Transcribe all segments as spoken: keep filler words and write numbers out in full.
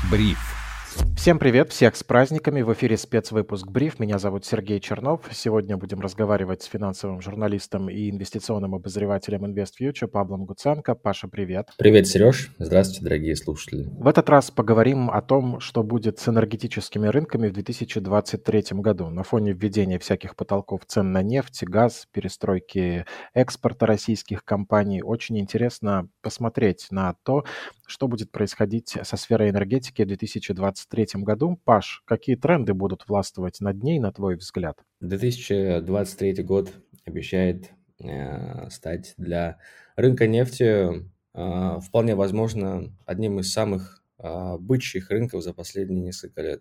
Бриф. Всем привет, всех с праздниками. В эфире спецвыпуск «Бриф». Меня зовут Сергей Чернов. Сегодня будем разговаривать с финансовым журналистом и инвестиционным обозревателем InvestFuture Павлом Гуценко. Паша, привет. Привет, Сереж. Здравствуйте, дорогие слушатели. В этот раз поговорим о том, что будет с энергетическими рынками в две тысячи двадцать третьем году на фоне введения всяких потолков цен на нефть, газ, перестройки экспорта российских компаний. Очень интересно посмотреть на то, что будет происходить со сферой энергетики в две тысячи двадцать третьем году. Паш, какие тренды будут властвовать над ней, на твой взгляд? две тысячи двадцать третий год обещает э, стать для рынка нефти э, вполне возможно одним из самых э, бычьих рынков за последние несколько лет.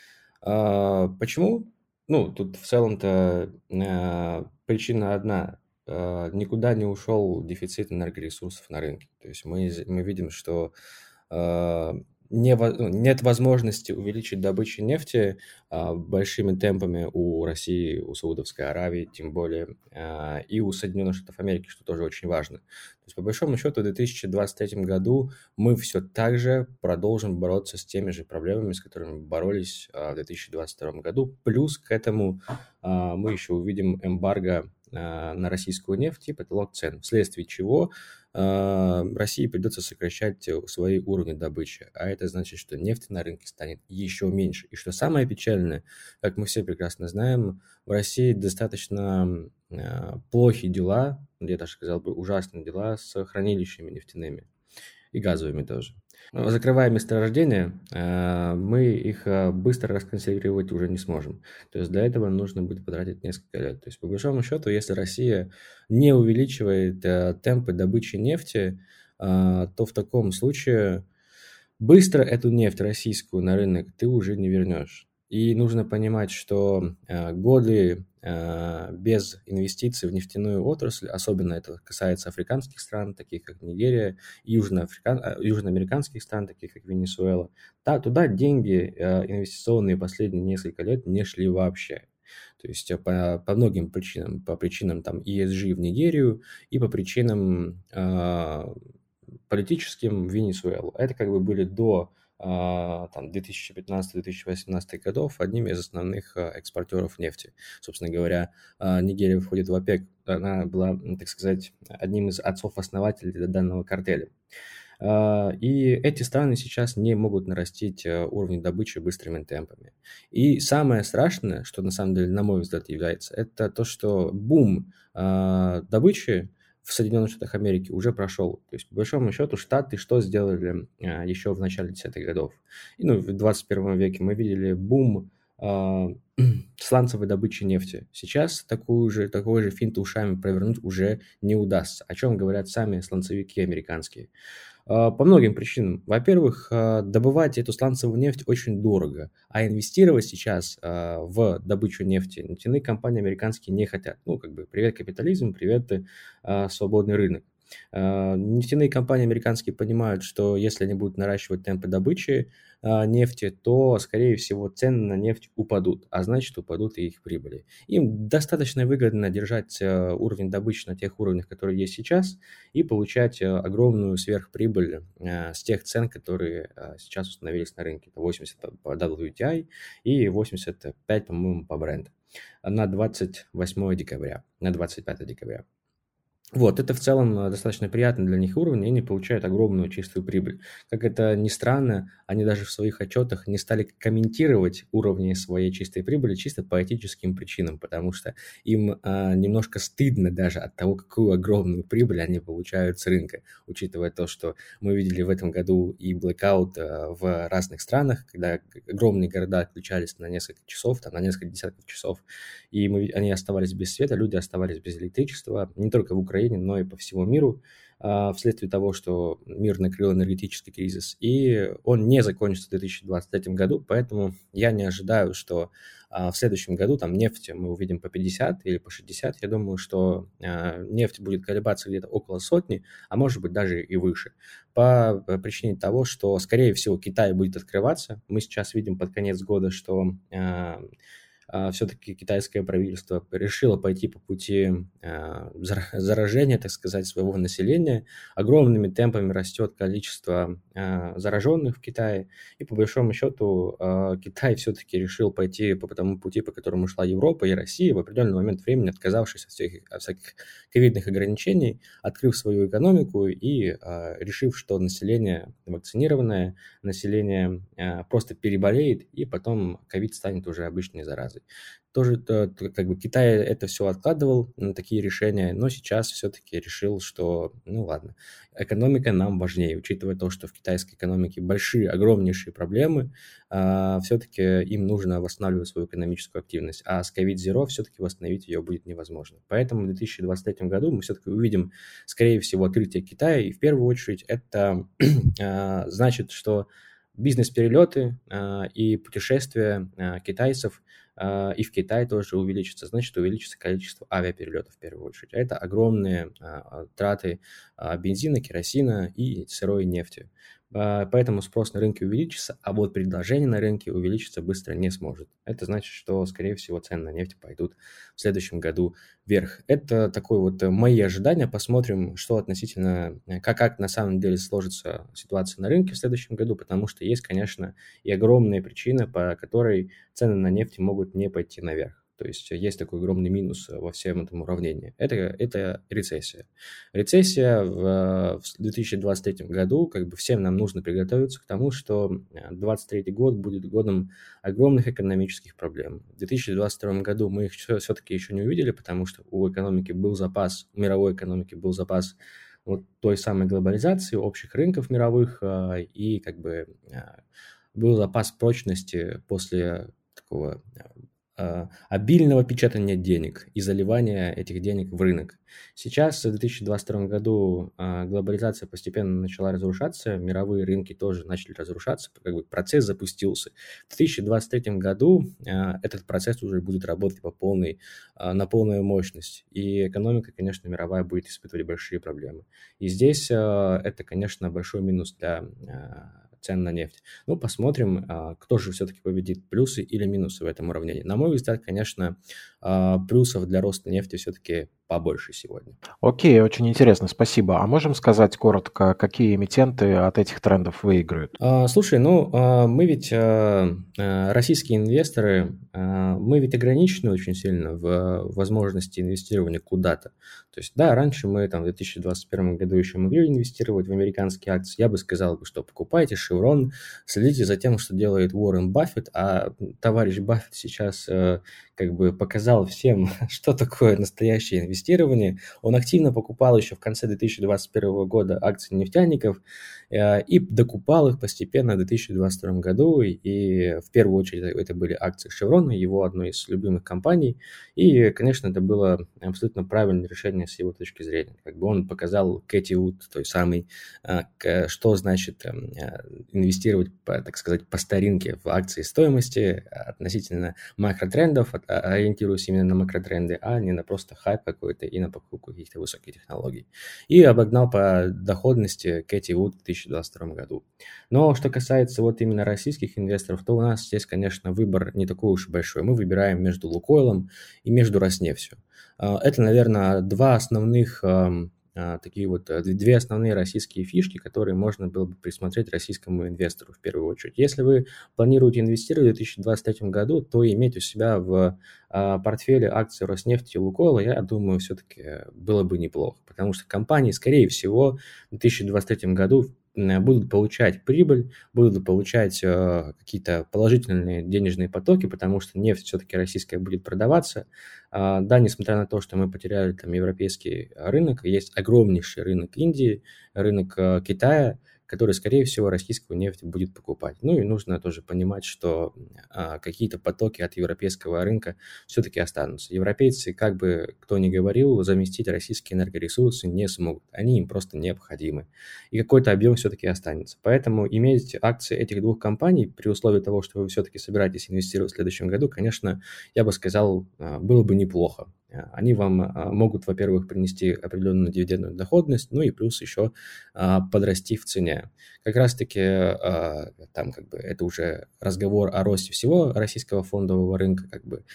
Э, почему? Ну, тут в целом-то э, причина одна. Э, никуда не ушел дефицит энергоресурсов на рынке. То есть мы, мы видим, что э, не, ну, нет возможности увеличить добычу нефти а, большими темпами у России, у Саудовской Аравии, тем более, а, и у Соединенных Штатов Америки, что тоже очень важно. То есть, по большому счету, в две тысячи двадцать третьем году мы все так же продолжим бороться с теми же проблемами, с которыми боролись а, в две тысячи двадцать втором году. Плюс к этому а, мы еще увидим эмбарго а, на российскую нефть и потолок цен, вследствие чего России придется сокращать свои уровни добычи, а это значит, что нефти на рынке станет еще меньше. И что самое печальное, как мы все прекрасно знаем, в России достаточно плохие дела, я даже сказал бы ужасные дела с хранилищами нефтяными и газовыми тоже. Закрывая месторождения, мы их быстро расконсервировать уже не сможем. То есть для этого нужно будет потратить несколько лет. То есть по большому счету, если Россия не увеличивает темпы добычи нефти, то в таком случае быстро эту нефть российскую на рынок ты уже не вернешь. И нужно понимать, что э, годы э, без инвестиций в нефтяную отрасль, особенно это касается африканских стран, таких как Нигерия, и южноафрикан... южноамериканских стран, таких как Венесуэла, та, туда деньги э, инвестиционные последние несколько лет не шли вообще. То есть по, по многим причинам, по причинам там и эс джи в Нигерию и по причинам э, политическим в Венесуэлу. Это как бы были до там, две тысячи пятнадцатого — две тысячи восемнадцатого годов одними из основных экспортеров нефти. Собственно говоря, Нигерия входит в ОПЕК. Она была, так сказать, одним из отцов-основателей данного картеля. И эти страны сейчас не могут нарастить уровень добычи быстрыми темпами. И самое страшное, что на самом деле, на мой взгляд, является, это то, что бум добычи в Соединенных Штатах Америки уже прошел. То есть, по большому счету, Штаты что сделали а, еще в начале десятых годов? И, ну, в двадцать первом веке мы видели бум а, сланцевой добычи нефти. Сейчас такую же, такой же финт ушами провернуть уже не удастся. О чем говорят сами сланцевики американские. По многим причинам. Во-первых, добывать эту сланцевую нефть очень дорого, а инвестировать сейчас в добычу нефти нефтяные компании американские не хотят. Ну, как бы, привет капитализм, привет свободный рынок. Нефтяные компании американские понимают, что если они будут наращивать темпы добычи нефти, то, скорее всего, цены на нефть упадут, а значит, упадут и их прибыли. Им достаточно выгодно держать уровень добычи на тех уровнях, которые есть сейчас, и получать огромную сверхприбыль с тех цен, которые сейчас установились на рынке. Это восемьдесят по дабл ю ти ай и восемьдесят пять, по-моему, по бренду на двадцать восьмое декабря, на двадцать пятое декабря. Вот, это в целом достаточно приятно для них уровень, и они получают огромную чистую прибыль. Как это ни странно, они даже в своих отчетах не стали комментировать уровни своей чистой прибыли чисто по этическим причинам, потому что им а, немножко стыдно даже от того, какую огромную прибыль они получают с рынка, учитывая то, что мы видели в этом году и блэкаут а, в разных странах, когда огромные города отключались на несколько часов, там, на несколько десятков часов, и мы, они оставались без света, люди оставались без электричества, не только в Украине, но и по всему миру, вследствие того, что мир накрыл энергетический кризис, и он не закончится в две тысячи двадцать третьем году, поэтому я не ожидаю, что в следующем году там нефть мы увидим по пятьдесят или по шестьдесят. Я думаю, что нефть будет колебаться где-то около сотни, а может быть даже и выше, по причине того, что, скорее всего, Китай будет открываться. Мы сейчас видим под конец года, что все-таки китайское правительство решило пойти по пути а, зара- заражения, так сказать, своего населения. Огромными темпами растет количество а, зараженных в Китае, и по большому счету а, Китай все-таки решил пойти по тому пути, по которому шла Европа и Россия, в определенный момент времени отказавшись от всяких, от всяких ковидных ограничений, открыв свою экономику и а, решив, что население вакцинированное, население а, просто переболеет, и потом ковид станет уже обычной заразой. Тоже то- то как бы Китай это все откладывал на такие решения, но сейчас все-таки решил, что, ну ладно, экономика нам важнее, учитывая то, что в китайской экономике большие, огромнейшие проблемы, все-таки им нужно восстанавливать свою экономическую активность, а с ковид Zero все-таки восстановить ее будет невозможно. Поэтому в две тысячи двадцать третьем году мы все-таки увидим, скорее всего, открытие Китая, и в первую очередь это а, значит, что бизнес-перелеты а, и путешествия а, китайцев а, и в Китай тоже увеличится, значит, увеличится количество авиаперелетов в первую очередь. А это огромные а, траты а, бензина, керосина и сырой нефти. А, Поэтому спрос на рынке увеличится, а вот предложение на рынке увеличиться быстро не сможет. Это значит, что, скорее всего, цены на нефть пойдут в следующем году вверх. Это такое вот э, мои ожидания. Посмотрим, что относительно, э, как, как на самом деле сложится ситуация на рынке в следующем году, потому что есть, конечно, и огромные причины, по которой цены на нефть могут не пойти наверх. То есть есть такой огромный минус во всем этом уравнении. Это, это рецессия. Рецессия в, в две тысячи двадцать третьем году, как бы всем нам нужно приготовиться к тому, что двадцать третий год будет годом огромных экономических проблем. В две тысячи двадцать втором году мы их все-таки еще не увидели, потому что у экономики был запас, у мировой экономики был запас вот той самой глобализации, общих рынков мировых, и как бы был запас прочности после такого а, обильного печатания денег и заливания этих денег в рынок. Сейчас, в две тысячи двадцать втором году, а, глобализация постепенно начала разрушаться, мировые рынки тоже начали разрушаться, как бы процесс запустился. В две тысячи двадцать третьем году а, этот процесс уже будет работать по полной, а, на полную мощность, и экономика, конечно, мировая будет испытывать большие проблемы. И здесь а, это, конечно, большой минус для а, цен на нефть. Ну, посмотрим, а, кто же все-таки победит, плюсы или минусы в этом уравнении. На мой взгляд, конечно, а, плюсов для роста нефти все-таки побольше сегодня. Окей, очень интересно, спасибо. А можем сказать коротко, какие эмитенты от этих трендов выиграют? А, Слушай, ну, а, мы ведь, а, а, российские инвесторы, а, мы ведь ограничены очень сильно в а, возможности инвестирования куда-то. То есть, да, раньше мы там в две тысячи двадцать первом году еще могли инвестировать в американские акции. Я бы сказал, что покупайте Chevron, следите за тем, что делает Уоррен Баффет, а товарищ Баффет сейчас а, как бы показал всем, что такое настоящее инвестирование. Он активно покупал еще в конце две тысячи двадцать первого года акции нефтяников э, и докупал их постепенно в две тысячи двадцать втором году. И в первую очередь это были акции Chevron, его одной из любимых компаний. И, конечно, это было абсолютно правильное решение с его точки зрения. Как бы он показал Кэти Вуд, той самой, э, к- что значит э, инвестировать, по, так сказать, по старинке в акции стоимости относительно макротрендов, от- а- ориентируясь именно на макротренды, а не на просто хайп какой-то и на покупку каких-то высоких технологий. И обогнал по доходности Кэти Вуд в две тысячи двадцать втором году. Но что касается вот именно российских инвесторов, то у нас здесь, конечно, выбор не такой уж и большой. Мы выбираем между Лукойлом и между Роснефтью. А, Это, наверное, два основных ам, а, такие вот а, две две основные российские фишки, которые можно было бы присмотреть российскому инвестору в первую очередь. Если вы планируете инвестировать в две тысячи двадцать третьем году, то иметь у себя в а, портфеле акций Роснефти и Лукойла, я думаю, все-таки было бы неплохо, потому что компании, скорее всего, в две тысячи двадцать третьем году м, будут получать прибыль, будут получать э, какие-то положительные денежные потоки, потому что нефть все-таки российская будет продаваться. А, да, несмотря на то, что мы потеряли там европейский рынок, есть огромнейший рынок Индии, рынок э, Китая, который, скорее всего, российскую нефть будет покупать. Ну и нужно тоже понимать, что а, какие-то потоки от европейского рынка все-таки останутся. Европейцы, как бы кто ни говорил, заместить российские энергоресурсы не смогут. Они им просто необходимы. И какой-то объем все-таки останется. Поэтому иметь акции этих двух компаний при условии того, что вы все-таки собираетесь инвестировать в следующем году, конечно, я бы сказал, а, было бы неплохо. Они вам а, могут, во-первых, принести определенную дивидендную доходность, ну и плюс еще а, подрасти в цене. Как раз-таки а, там как бы это уже разговор о росте всего российского фондового рынка, как бы.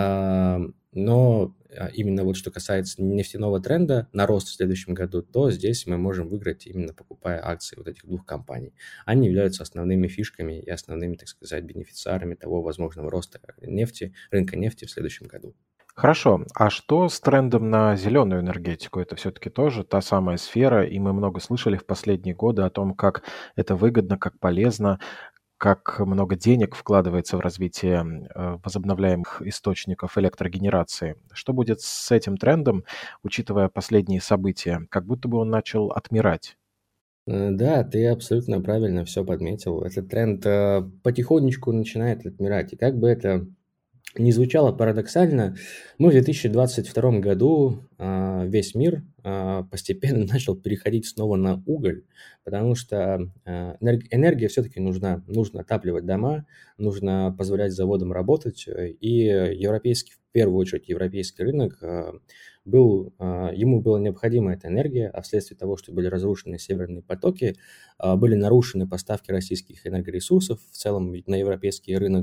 А, но а, именно вот что касается нефтяного тренда на рост в следующем году, то здесь мы можем выиграть именно покупая акции вот этих двух компаний. Они являются основными фишками и основными, так сказать, бенефициарами того возможного роста нефти, рынка нефти в следующем году. Хорошо. А что с трендом на зеленую энергетику? Это все-таки тоже та самая сфера, и мы много слышали в последние годы о том, как это выгодно, как полезно, как много денег вкладывается в развитие м, э, возобновляемых источников электрогенерации. Что будет с этим трендом, учитывая последние события? Как будто бы он начал отмирать. Э, Да, ты абсолютно правильно все подметил. Этот тренд э, потихонечку начинает отмирать. И как бы это не звучало парадоксально, мы в две тысячи двадцать втором году а, весь мир а, постепенно начал переходить снова на уголь, потому что а, энерг- энергия все-таки нужна. Нужно отапливать дома, нужно позволять заводам работать, э, и европейский, в первую очередь, европейский рынок а, был, а, ему была необходима эта энергия, а вследствие того, что были разрушены северные потоки, а, были нарушены поставки российских энергоресурсов в целом на европейский рынок.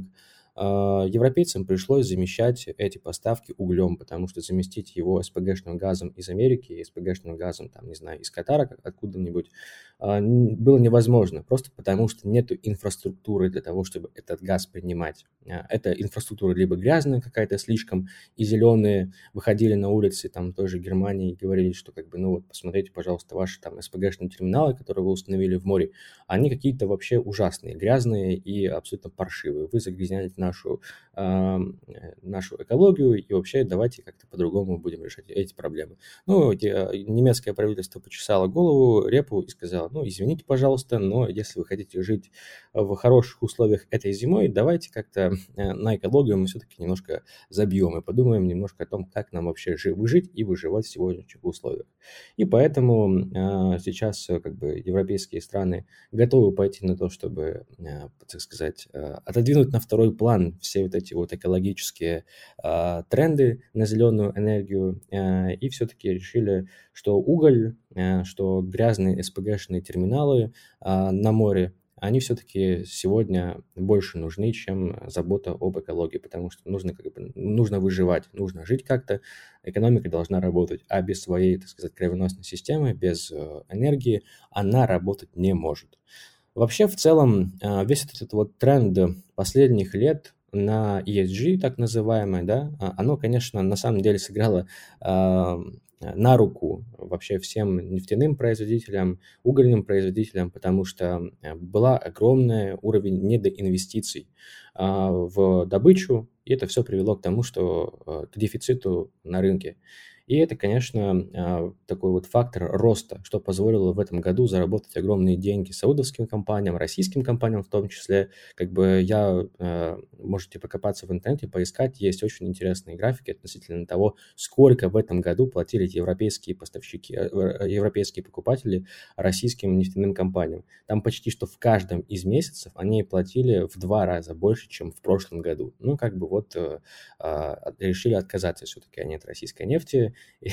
А, Европейцам пришлось замещать эти поставки углем, потому что заместить его СПГшным газом из Америки, СПГшным газом, там, не знаю, из Катара как- откуда-нибудь, а, н- было невозможно, просто потому что нет инфраструктуры для того, чтобы этот газ принимать. А, Эта инфраструктура либо грязная какая-то слишком, и зеленые выходили на улицы там той же Германии и говорили, что как бы, ну вот, посмотрите, пожалуйста, ваши там СПГшные терминалы, которые вы установили в море, они какие-то вообще ужасные, грязные и абсолютно паршивые. Вы загрязняете нашу, ам, э, нашу экологию, и вообще давайте как-то по-другому будем решать эти проблемы. Ну, те- а, немецкое правительство почесало голову, репу и сказало, ну, извините, пожалуйста, но если вы хотите жить в хороших условиях этой зимой, давайте как-то э, на экологию мы все-таки немножко забьем и подумаем немножко о том, как нам вообще жи- выжить и выживать в сегодняшних условиях. И поэтому а, сейчас э, как бы европейские страны готовы пойти на то, чтобы, э, так сказать, э, отодвинуть на второй план все вот эти вот экологические а, тренды на зеленую энергию, э, и все-таки решили, что уголь, э, что грязные СПГшные терминалы а, на море, они все-таки сегодня больше нужны, чем забота об экологии, потому что нужно, как бы, нужно выживать, нужно жить как-то, экономика должна работать, а без своей, так сказать, кровеносной системы, без э, энергии она работать не может. Вообще, в целом, а, весь этот вот тренд последних лет на и эс джи, так называемое, да, а, оно, конечно, на самом деле сыграло а, на руку вообще всем нефтяным производителям, угольным производителям, потому что а, была огромный уровень недоинвестиций а, в добычу, и это все привело к тому, что а, к дефициту на рынке. И это, конечно, а, такой вот фактор роста, что позволило в этом году заработать огромные деньги саудовским компаниям, российским компаниям в том числе. Как бы я, э, можете покопаться в интернете, поискать, есть очень интересные графики относительно того, сколько в этом году платили европейские поставщики, э, э, европейские покупатели российским нефтяным компаниям. Там почти что в каждом из месяцев они платили в два раза больше, чем в прошлом году. Ну, как бы вот э, а, решили отказаться все-таки они от российской нефти, и,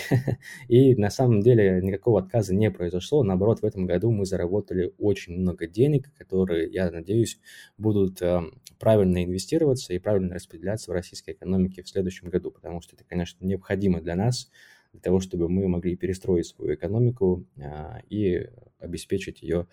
и на самом деле никакого отказа не произошло. Наоборот, в этом году мы заработали очень много денег, которые, я надеюсь, будут э, правильно инвестироваться и правильно распределяться в российской экономике в следующем году, потому что это, конечно, необходимо для нас, для того, чтобы мы могли перестроить свою экономику э, и обеспечить ее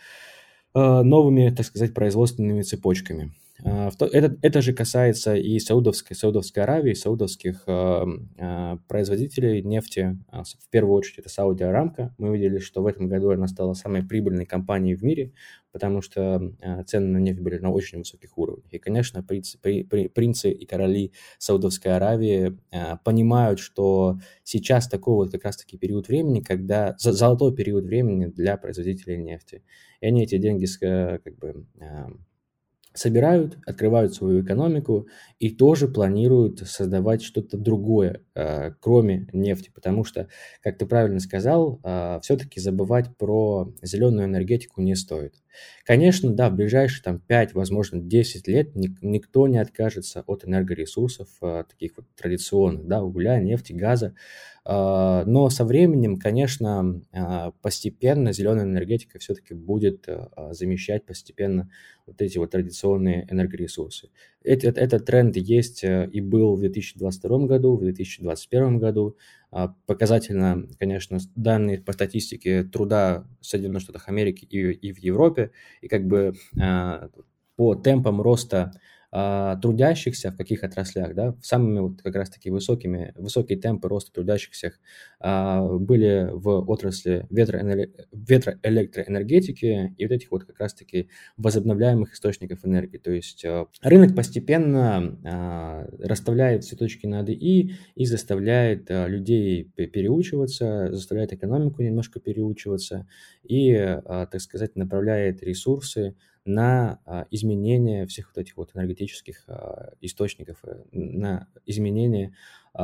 э, новыми, так сказать, производственными цепочками. А, в то- Это, это же касается и Саудовской, Саудовской Аравии, саудовских э, э, производителей нефти. А, с- В первую очередь это Сауди Арамко. Мы видели, что в этом году она стала самой прибыльной компанией в мире, потому что э, цены на нефть были на очень высоких уровнях. И, конечно, принцы, при- при- принцы и короли Саудовской Аравии э, понимают, что сейчас такой вот как раз-таки период времени, когда за- золотой период времени для производителей нефти. И они эти деньги с- э, как бы э, собирают, открывают свою экономику и тоже планируют создавать что-то другое, э, кроме нефти. Потому что, как ты правильно сказал, э, все-таки забывать про зеленую энергетику не стоит. Конечно, да, в ближайшие там пять, возможно, десять лет ник- никто не откажется от энергоресурсов, э, таких вот традиционных, да, угля, нефти, газа. Э, Но со временем, конечно, э, постепенно зеленая энергетика все-таки будет э, замещать постепенно вот эти вот традиционные энергоресурсы. Этот, этот тренд есть э, и был в две тысячи двадцать втором году, в две тысячи двадцать первом году. А, Показательно, конечно, с- данные по статистике труда в Соединенных Штатах Америки и, и в Европе, и как бы а, по темпам роста а, трудящихся в каких отраслях, да, в самыми вот как раз-таки высокими, высокие темпы роста трудящихся а, были в отрасли ветроэнер- ветроэлектроэнергетики и вот этих вот как раз-таки возобновляемых источников энергии. То есть э, рынок постепенно а, расставляет все точки над «и» и заставляет а, людей пе- переучиваться, заставляет экономику немножко переучиваться и, а, так сказать, направляет ресурсы на а, изменение всех вот этих вот энергетических а, источников, э, на изменение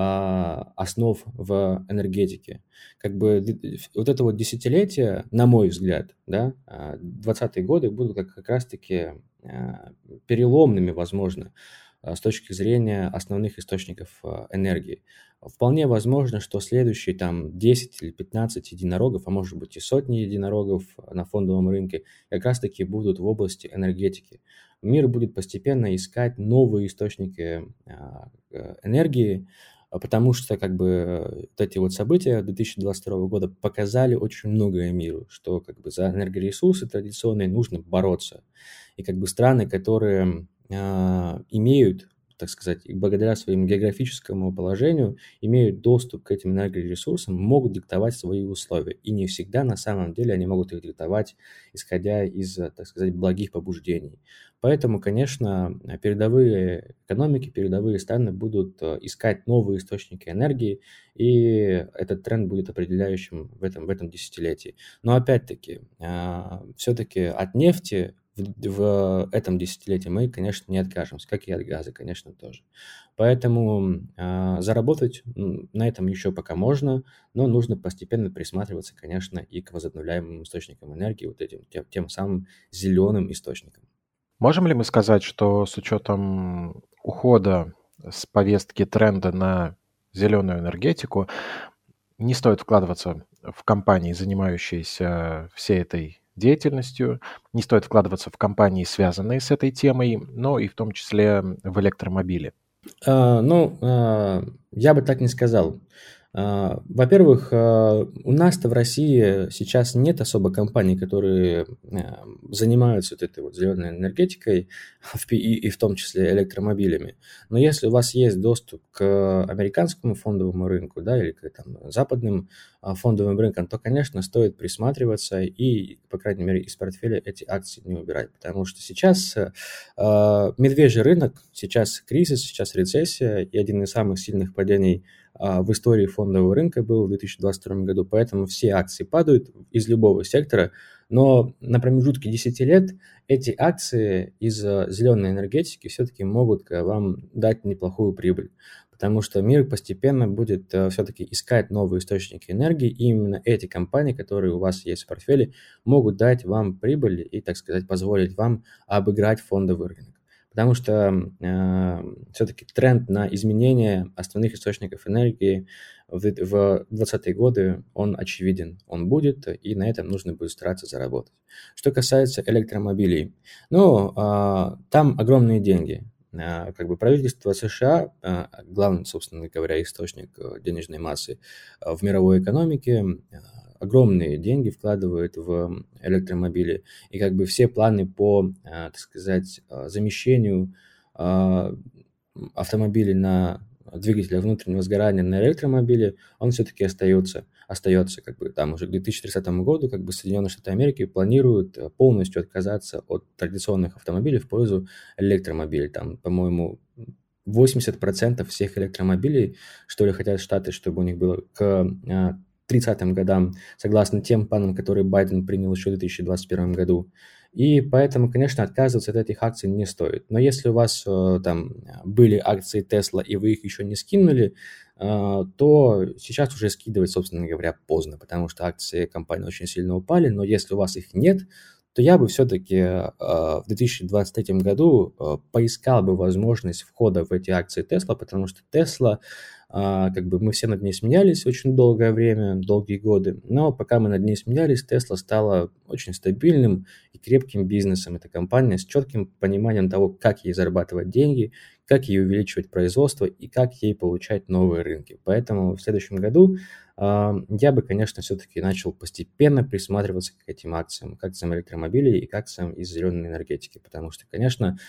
а, основ в энергетике. Как бы д- вот это вот десятилетие, на мой взгляд, да, а, двадцатые годы будут как, как раз-таки а, переломными, возможно, а, с точки зрения основных источников а, энергии. Вполне возможно, что следующие там десять или пятнадцать единорогов, а может быть и сотни единорогов на фондовом рынке, как раз-таки будут в области энергетики. Мир будет постепенно искать новые источники а, э, энергии, а, потому что как бы э, вот эти вот события две тысячи двадцать второго года показали очень многое миру, что как бы за энергоресурсы традиционные нужно бороться. И как бы страны, которые а, имеют, так сказать, и благодаря своему географическому положению, имеют доступ к этим энергоресурсам, могут диктовать свои условия. И не всегда на самом деле они могут их диктовать, исходя из, э, так сказать, благих побуждений. Поэтому, конечно, передовые экономики, передовые страны будут э, искать новые источники энергии, и этот тренд будет определяющим в этом, в этом десятилетии. Но опять-таки, все-таки от нефти в, в этом десятилетии мы, конечно, не откажемся, как и от газа, конечно, тоже. Поэтому а, заработать м, на этом еще пока можно, но нужно постепенно присматриваться, конечно, и к возобновляемым источникам энергии, вот этим тем, тем самым зеленым источникам. Можем ли мы сказать, что с учетом ухода с повестки тренда на зеленую энергетику не стоит вкладываться в компании, занимающиеся всей этой деятельностью, не стоит вкладываться в компании, связанные с этой темой, но и в том числе в электромобили? А, ну, а, я бы так не сказал. А, Во-первых, а, у нас-то в России сейчас нет особо компаний, которые а, занимаются вот этой вот зеленой энергетикой в пи- и, и в том числе электромобилями. Но если у вас есть доступ к американскому фондовому рынку, да, или к там, западным а, фондовым рынкам, то, конечно, стоит присматриваться и, по крайней мере, из портфеля эти акции не убирать, потому что сейчас э, а, медвежий рынок, сейчас кризис, сейчас рецессия, и один из самых сильных падений а, в истории фондового рынка был в две тысячи двадцать втором году, поэтому все акции падают из любого сектора, но на промежутке десяти лет эти акции из а, зеленой энергетики все-таки могут а, вам дать неплохую прибыль, потому что мир постепенно будет а, все-таки искать новые источники энергии, и именно эти компании, которые у вас есть в портфеле, могут дать вам прибыль и, так сказать, позволить вам обыграть фондовый рынок. Потому что э, все-таки тренд на изменение основных источников энергии в, в двадцатые годы, он очевиден, он будет, и на этом нужно будет стараться заработать. Что касается электромобилей, ну, э, там огромные деньги. Э, как бы правительство США, э, главный, собственно говоря, источник э, денежной массы э, в мировой экономике, э, огромные деньги вкладывают в электромобили. И как бы все планы по, а, так сказать, а, замещению а, автомобилей на двигателя внутреннего сгорания на электромобили, он все-таки остается, остается как бы там уже к две тысячи тридцатому году как бы Соединенные Штаты Америки планируют э, полностью отказаться от традиционных автомобилей в пользу электромобилей. Там, по-моему, восемьдесят процентов всех электромобилей, что ли, хотят Штаты, чтобы у них было к а, тридцатым годам, согласно тем планам, которые Байден принял еще в две тысячи двадцать первом году. И поэтому, конечно, отказываться от этих акций не стоит. Но если у вас э, там были акции Tesla, и вы их еще не скинули, э, то сейчас уже скидывать, собственно говоря, поздно, потому что акции компании очень сильно упали. Но если у вас их нет, то я бы все-таки э, в две тысячи двадцать третьем году э, поискал бы возможность входа в эти акции Tesla, потому что Tesla, а, как бы мы все над ней смеялись очень долгое время, долгие годы, но пока мы над ней смеялись, Tesla стала очень стабильным и крепким бизнесом. Это компания с четким пониманием того, как ей зарабатывать деньги, как ей увеличивать производство и как ей получать новые рынки. Поэтому в следующем году а, я бы, конечно, все-таки начал постепенно присматриваться к этим акциям, к акциям электромобилей и к акциям из зеленой энергетики, потому что, конечно,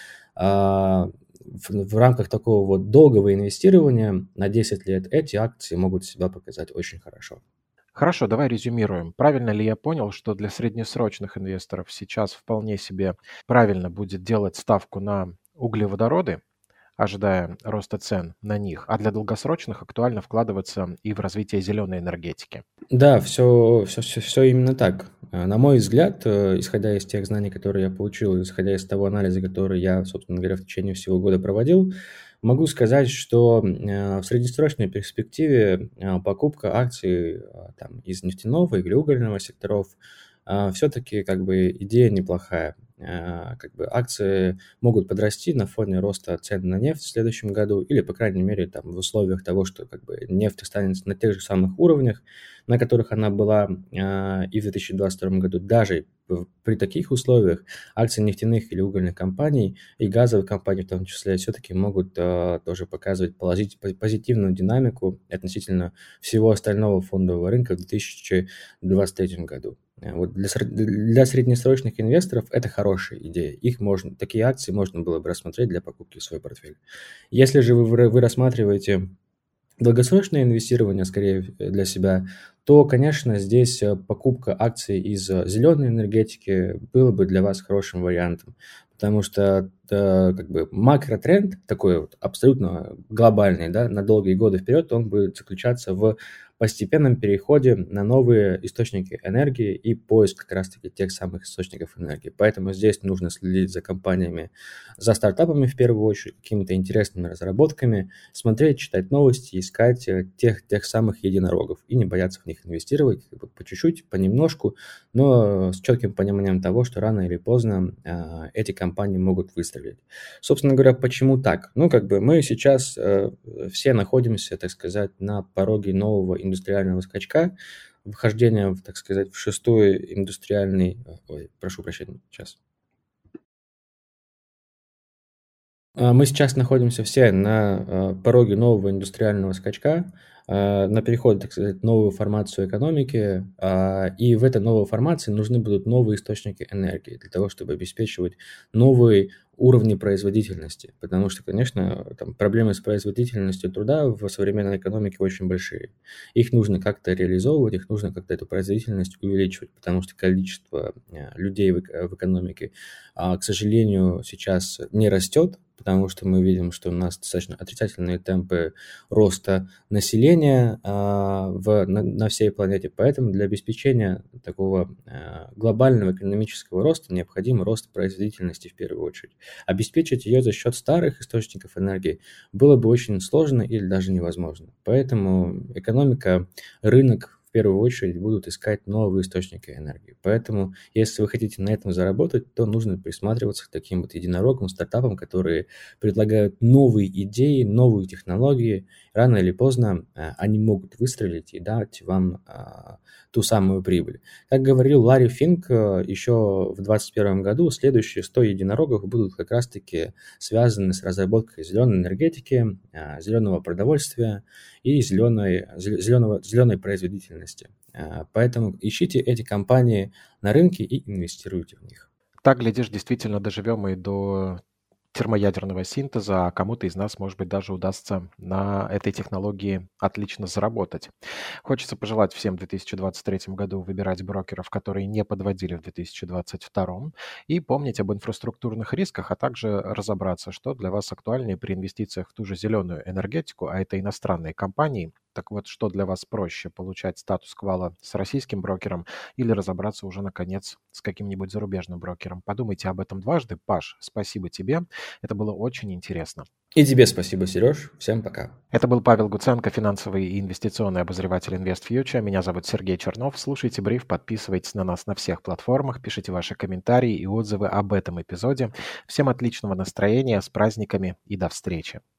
а, в, в рамках такого вот долгого инвестирования на десять лет эти акции могут себя показать очень хорошо. Хорошо, давай резюмируем. Правильно ли я понял, что для среднесрочных инвесторов сейчас вполне себе правильно будет делать ставку на углеводороды, ожидая роста цен на них, а для долгосрочных актуально вкладываться и в развитие зеленой энергетики? Да, все, все, все, все именно так. А, На мой взгляд, э, исходя из тех знаний, которые я получил, исходя из того анализа, который я, собственно говоря, в течение всего года проводил, могу сказать, что э, в среднесрочной перспективе э, покупка акций э, там, из нефтяного или угольного секторов все-таки как бы идея неплохая. Э, Как бы акции могут подрасти на фоне роста цен на нефть в следующем году, или, по крайней мере, там, в условиях того, что как бы нефть останется на тех же самых уровнях, на которых она была а, и в две тысячи двадцать втором году. Даже в- при таких условиях акции нефтяных или угольных компаний и газовых компаний в том числе все-таки могут а, тоже показывать положить- пози- позитивную динамику относительно всего остального фондового рынка в две тысячи двадцать третьем году. Э, Вот для, сред- для среднесрочных инвесторов это хорошая идея. Их можно, такие акции можно было бы рассмотреть для покупки в свой портфель. Если же вы, вы вы рассматриваете долгосрочное инвестирование, скорее э, для себя, то, конечно, здесь э, покупка акций из э, зеленой энергетики было бы для вас хорошим вариантом, потому что э, как бы макротренд такой вот абсолютно глобальный, да, на долгие годы вперед, он будет заключаться в постепенном переходе на новые источники энергии и поиск как раз-таки тех самых источников энергии. Поэтому здесь нужно следить за компаниями, за стартапами в первую очередь, какими-то интересными разработками, смотреть, читать новости, искать э, тех, тех самых единорогов и не бояться в них инвестировать как бы по чуть-чуть, понемножку, но с четким пониманием того, что рано или поздно а, эти компании могут выстрелить. Собственно говоря, почему так? Ну, как бы мы сейчас э, все находимся, так сказать, на пороге нового индустриального скачка, вхождения, в, так сказать, в шестой индустриальный... э, Ой, прошу прощения, сейчас. А, Мы сейчас находимся все на э, пороге нового индустриального скачка, э, на переходе, так сказать, в новую формацию экономики, а, и в этой новой формации нужны будут новые источники энергии для того, чтобы обеспечивать новые уровни производительности, потому что, конечно, там проблемы с производительностью труда в современной экономике очень большие. Их нужно как-то реализовывать, их нужно как-то эту производительность увеличивать, потому что количество э, людей в эк- в экономике, а, к сожалению, сейчас не растет, потому что мы видим, что у нас достаточно отрицательные темпы роста населения а, в, на, на всей планете. Поэтому для обеспечения такого а, глобального экономического роста необходим рост производительности в первую очередь. Обеспечить ее за счет старых источников энергии было бы очень сложно или даже невозможно. Поэтому экономика, рынок в первую очередь будут искать новые источники энергии. Поэтому, если вы хотите на этом заработать, то нужно присматриваться к таким вот единорогам, стартапам, которые предлагают новые идеи, новые технологии. Рано или поздно а, они могут выстрелить и дать вам а, ту самую прибыль. Как говорил Ларри Финк а, еще в двадцать первом году, следующие сто единорогов будут как раз-таки связаны с разработкой зеленой энергетики, а, зеленого продовольствия и зеленой, зеленого, зеленой производительности. А, Поэтому ищите эти компании на рынке и инвестируйте в них. Так, глядишь, действительно доживем и до термоядерного синтеза, а кому-то из нас, может быть, даже удастся на этой технологии отлично заработать. Хочется пожелать всем в две тысячи двадцать третьем году выбирать брокеров, которые не подводили в две тысячи двадцать втором, и помнить об инфраструктурных рисках, а также разобраться, что для вас актуальнее при инвестициях в ту же зеленую энергетику, а это иностранные компании, Так вот, что для вас проще, получать статус квала с российским брокером или разобраться уже, наконец, с каким-нибудь зарубежным брокером? Подумайте об этом дважды. Паш, спасибо тебе. Это было очень интересно. И тебе спасибо, Сереж. Всем пока. Это был Павел Гуценко, финансовый и инвестиционный обозреватель InvestFuture. Меня зовут Сергей Чернов. Слушайте бриф, подписывайтесь на нас на всех платформах, пишите ваши комментарии и отзывы об этом эпизоде. Всем отличного настроения, с праздниками и до встречи.